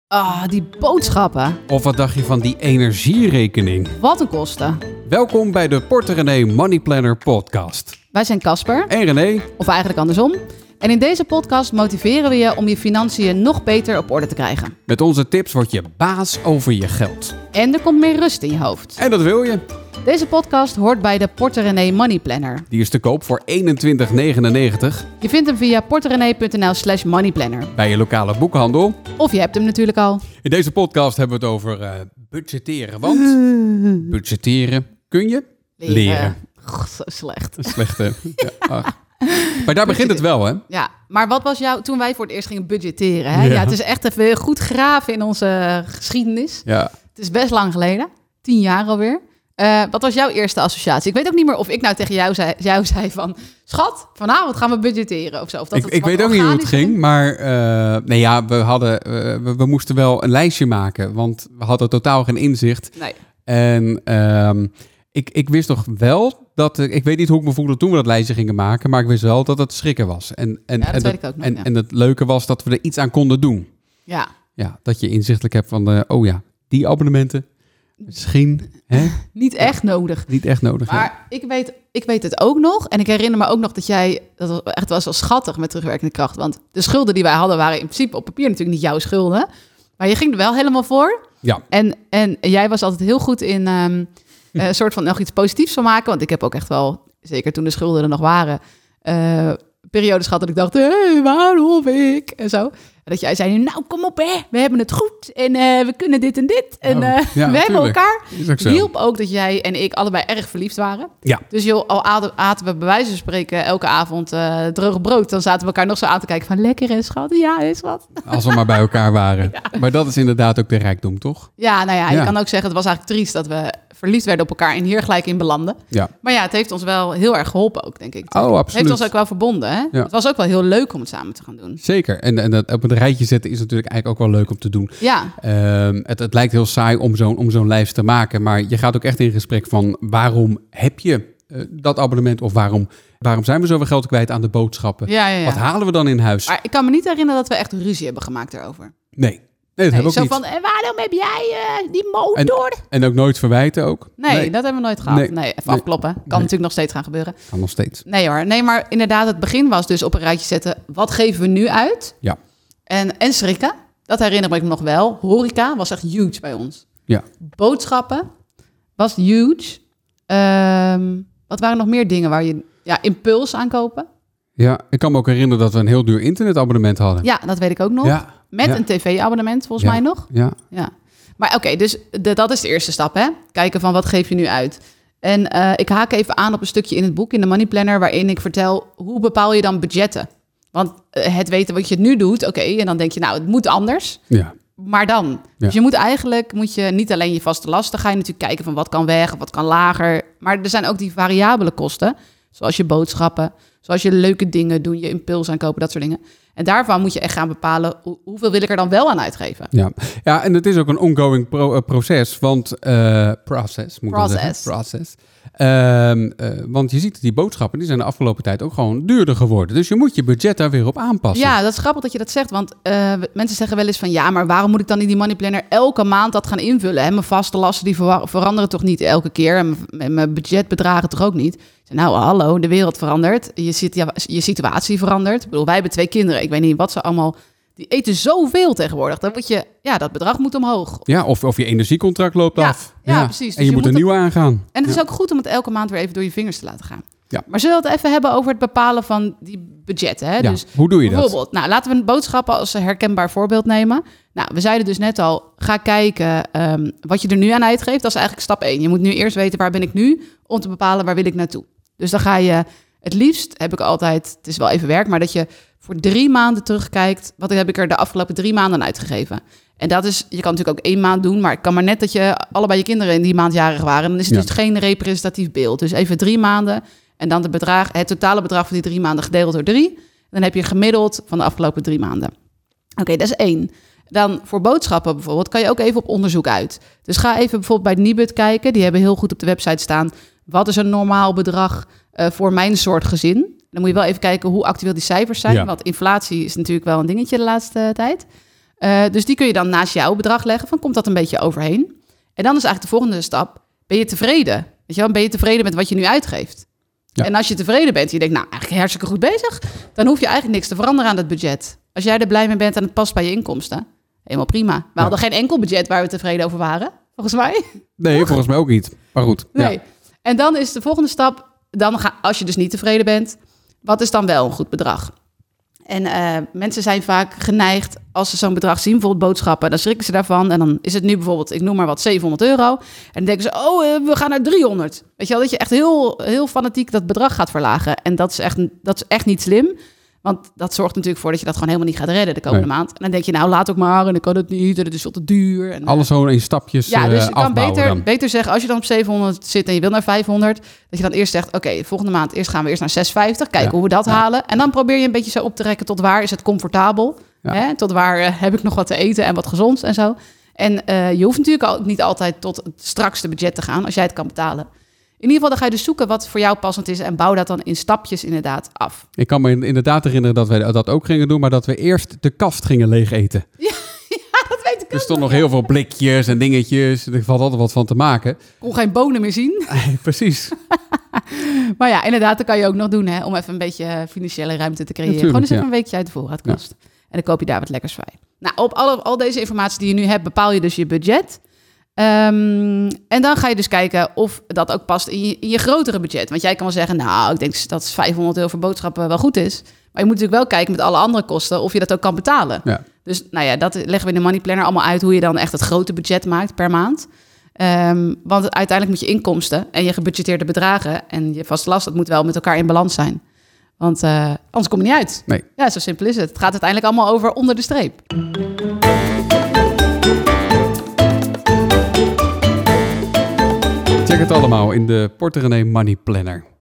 Die boodschappen. Of wat dacht je van die energierekening? Wat een kosten. Welkom bij de Porter René Money Planner podcast. Wij zijn Casper, En René. of eigenlijk andersom. En in deze podcast motiveren we je om je financiën nog beter op orde te krijgen. Met onze tips word je baas over je geld. En er komt meer rust in je hoofd. En dat wil je. Deze podcast hoort bij de Porter René Money Planner. Die is te koop voor $21,99 Je vindt hem via porterrené.nl/moneyplanner. bij je lokale boekhandel. Of je hebt hem natuurlijk al. In deze podcast hebben we het over budgetteren. Want budgetteren kun je leren. Zo slecht. Slecht hè? Ja, ach. Maar daar begint het wel hè? Ja, maar wat was toen wij voor het eerst gingen budgetteren? Hè? Ja. Ja, het is echt even goed graven in onze geschiedenis. Ja. Het is best lang geleden. 10 jaar alweer. Wat was jouw eerste associatie? Ik weet ook niet meer of ik nou tegen jou zei van... Schat, vanavond gaan we budgetteren of zo. Of dat Ik weet ook niet hoe het ging, maar we moesten wel een lijstje maken. Want we hadden totaal geen inzicht. Nee. En ik wist nog wel dat... ik weet niet hoe ik me voelde toen we dat lijstje gingen maken... maar ik wist wel dat het schrikken was. En dat weet ik ook nog, ja. En het leuke was dat we er iets aan konden doen. Ja. Ja, dat je inzichtelijk hebt van... die abonnementen... Misschien, hè? Niet echt nodig. Niet echt nodig. Maar ik weet het ook nog. En ik herinner me ook nog dat echt was wel schattig met terugwerkende kracht. Want de schulden die wij hadden waren in principe op papier natuurlijk niet jouw schulden. Maar je ging er wel helemaal voor. Ja. En jij was altijd heel goed in een soort van nog iets positiefs van maken. Want ik heb ook echt wel, zeker toen de schulden er nog waren... periodes gehad dat ik dacht, waarom ik? En zo. En dat jij zei, nou kom op hè, we hebben het goed. En we kunnen dit en dit. En we hebben elkaar. Is ook zo. Hielp ook dat jij en ik allebei erg verliefd waren. Ja. Dus joh, al aten we bij wijze van spreken elke avond droog brood. Dan zaten we elkaar nog zo aan te kijken van, lekker hè schat? Ja hè schat? Als we maar bij elkaar waren. Ja. Maar dat is inderdaad ook de rijkdom, toch? Ja, nou ja, je kan ook zeggen, het was eigenlijk triest dat we verliefd werden op elkaar en hier gelijk in belanden. Ja. Maar ja, het heeft ons wel heel erg geholpen ook, denk ik. Oh, absoluut. Het heeft ons ook wel verbonden, hè? Ja. Het was ook wel heel leuk om het samen te gaan doen. Zeker. En dat op een rijtje zetten is natuurlijk eigenlijk ook wel leuk om te doen. Ja. Het lijkt heel saai om zo'n lijst te maken. Maar je gaat ook echt in gesprek van waarom heb je dat abonnement? Of waarom zijn we zoveel geld kwijt aan de boodschappen? Ja. Wat halen we dan in huis? Maar ik kan me niet herinneren dat we echt ruzie hebben gemaakt daarover. Nee, dat hebben we zo ook niet. van, waarom heb jij die motor? En ook nooit verwijten ook? Nee, dat hebben we nooit gehad. Nee, even afkloppen. Kan Nee. natuurlijk nog steeds gaan gebeuren. Kan nog steeds. Nee hoor. Nee, maar inderdaad, het begin was dus op een rijtje zetten. Wat geven we nu uit? Ja. En schrikken. Dat herinner ik me nog wel. Horeca was echt huge bij ons. Ja. Boodschappen was huge. Wat waren nog meer dingen waar je... Ja, impuls aankopen. Ja, ik kan me ook herinneren dat we een heel duur internetabonnement hadden. Ja, dat weet ik ook nog. Ja. Met een tv-abonnement, volgens mij nog. Ja. Maar oké, dus dat is de eerste stap, hè? Kijken van wat geef je nu uit. En ik haak even aan op een stukje in het boek, in de Money Planner... waarin ik vertel, hoe bepaal je dan budgetten? Want het weten wat je nu doet, oké, en dan denk je, nou, het moet anders. Ja. Maar dan? Ja. Dus moet je niet alleen je vaste lasten... ga je natuurlijk kijken van wat kan weg, wat kan lager. Maar er zijn ook die variabele kosten... zoals je boodschappen, zoals je leuke dingen doen... je impuls aankopen, dat soort dingen. En daarvan moet je echt gaan bepalen... hoeveel wil ik er dan wel aan uitgeven? Ja, en het is ook een ongoing proces, want... Process. Want je ziet, die boodschappen die zijn de afgelopen tijd ook gewoon duurder geworden. Dus je moet je budget daar weer op aanpassen. Ja, dat is grappig dat je dat zegt. Want mensen zeggen wel eens van... ja, maar waarom moet ik dan in die Money Planner elke maand dat gaan invullen? Hè? Mijn vaste lasten die veranderen toch niet elke keer? En mijn budgetbedragen toch ook niet? Nou, hallo, de wereld verandert. Je situatie verandert. Ik bedoel, wij hebben 2 kinderen. Ik weet niet wat ze allemaal... Die eten zoveel tegenwoordig. Dan word je, dat bedrag moet omhoog. Ja, of je energiecontract loopt af. Ja, precies. Dus En je moet een nieuwe aangaan. En het is ook goed om het elke maand weer even door je vingers te laten gaan. Ja. Maar zullen we het even hebben over het bepalen van die budgetten? Hè? Ja, Dus hoe doe je dat? Bijvoorbeeld, laten we boodschappen als een herkenbaar voorbeeld nemen. Nou, we zeiden dus net al, ga kijken wat je er nu aan uitgeeft. Dat is eigenlijk stap 1. Je moet nu eerst weten, waar ben ik nu? Om te bepalen, waar wil ik naartoe? Dus dan ga je, het liefst heb ik altijd, het is wel even werk, maar dat je voor 3 maanden terugkijkt. Wat heb ik er de afgelopen 3 maanden aan uitgegeven? En dat is, je kan natuurlijk ook 1 maand doen, maar het kan maar net dat je allebei je kinderen in die maand jarig waren. Dan is het dus geen representatief beeld. Dus even 3 maanden en dan het totale bedrag van die 3 maanden gedeeld door 3. Dan heb je gemiddeld van de afgelopen 3 maanden. Oké, dat is 1. Dan voor boodschappen bijvoorbeeld kan je ook even op onderzoek uit. Dus ga even bijvoorbeeld bij Nibud kijken. Die hebben heel goed op de website staan. Wat is een normaal bedrag voor mijn soort gezin? Dan moet je wel even kijken hoe actueel die cijfers zijn. Ja. Want inflatie is natuurlijk wel een dingetje de laatste tijd. Dus die kun je dan naast jouw bedrag leggen. Van komt dat een beetje overheen? En dan is eigenlijk de volgende stap. Ben je tevreden? Weet je wel? Ben je tevreden met wat je nu uitgeeft? Ja. En als je tevreden bent en je denkt, nou, eigenlijk hartstikke goed bezig, dan hoef je eigenlijk niks te veranderen aan dat budget. Als jij er blij mee bent en het past bij je inkomsten, helemaal prima. We hadden geen enkel budget waar we tevreden over waren, volgens mij. Nee, volgens mij ook niet. Maar goed. Nee. Ja. En dan is de volgende stap, als je dus niet tevreden bent, wat is dan wel een goed bedrag? En mensen zijn vaak geneigd, als ze zo'n bedrag zien, bijvoorbeeld boodschappen, dan schrikken ze daarvan. En dan is het nu bijvoorbeeld, ik noem maar wat, €700. En dan denken ze, we gaan naar 300. Weet je wel, dat je echt heel fanatiek dat bedrag gaat verlagen. En dat is echt niet slim. Want dat zorgt natuurlijk voor dat je dat gewoon helemaal niet gaat redden de komende maand. En dan denk je, nou laat ook maar, en ik kan het niet, en het is veel te duur. En, alles gewoon in stapjes ja, dus je kan beter zeggen, als je dan op 700 zit en je wil naar 500, dat je dan eerst zegt, oké, volgende maand gaan we eerst naar 650, kijken hoe we dat halen. En dan probeer je een beetje zo op te rekken tot waar is het comfortabel. Ja. Hè? Tot waar heb ik nog wat te eten en wat gezonds en zo. En je hoeft natuurlijk ook niet altijd tot het strakste budget te gaan, als jij het kan betalen. In ieder geval, dan ga je dus zoeken wat voor jou passend is en bouw dat dan in stapjes inderdaad af. Ik kan me inderdaad herinneren dat wij dat ook gingen doen, maar dat we eerst de kast gingen leeg eten. Ja, dat weet ik. Er stonden nog heel veel blikjes en dingetjes. Er valt altijd wat van te maken. Ik kon geen bonen meer zien. Precies. Maar ja, inderdaad, dat kan je ook nog doen, hè, om even een beetje financiële ruimte te creëren. Gewoon eens even een weekje uit de voorraadkast. Ja. En dan koop je daar wat lekkers bij. Nou, op al deze informatie die je nu hebt, bepaal je dus je budget. En dan ga je dus kijken of dat ook past in je grotere budget. Want jij kan wel zeggen, nou, ik denk dat €500 voor boodschappen wel goed is. Maar je moet natuurlijk wel kijken met alle andere kosten of je dat ook kan betalen. Ja. Dus nou ja, dat leggen we in de Money Planner allemaal uit, hoe je dan echt het grote budget maakt per maand. Want uiteindelijk moet je inkomsten en je gebudgeteerde bedragen en je vaste last, dat moet wel met elkaar in balans zijn. Want anders kom je niet uit. Nee. Ja, zo simpel is het. Het gaat uiteindelijk allemaal over onder de streep. Check het allemaal in de Porte René Money Planner.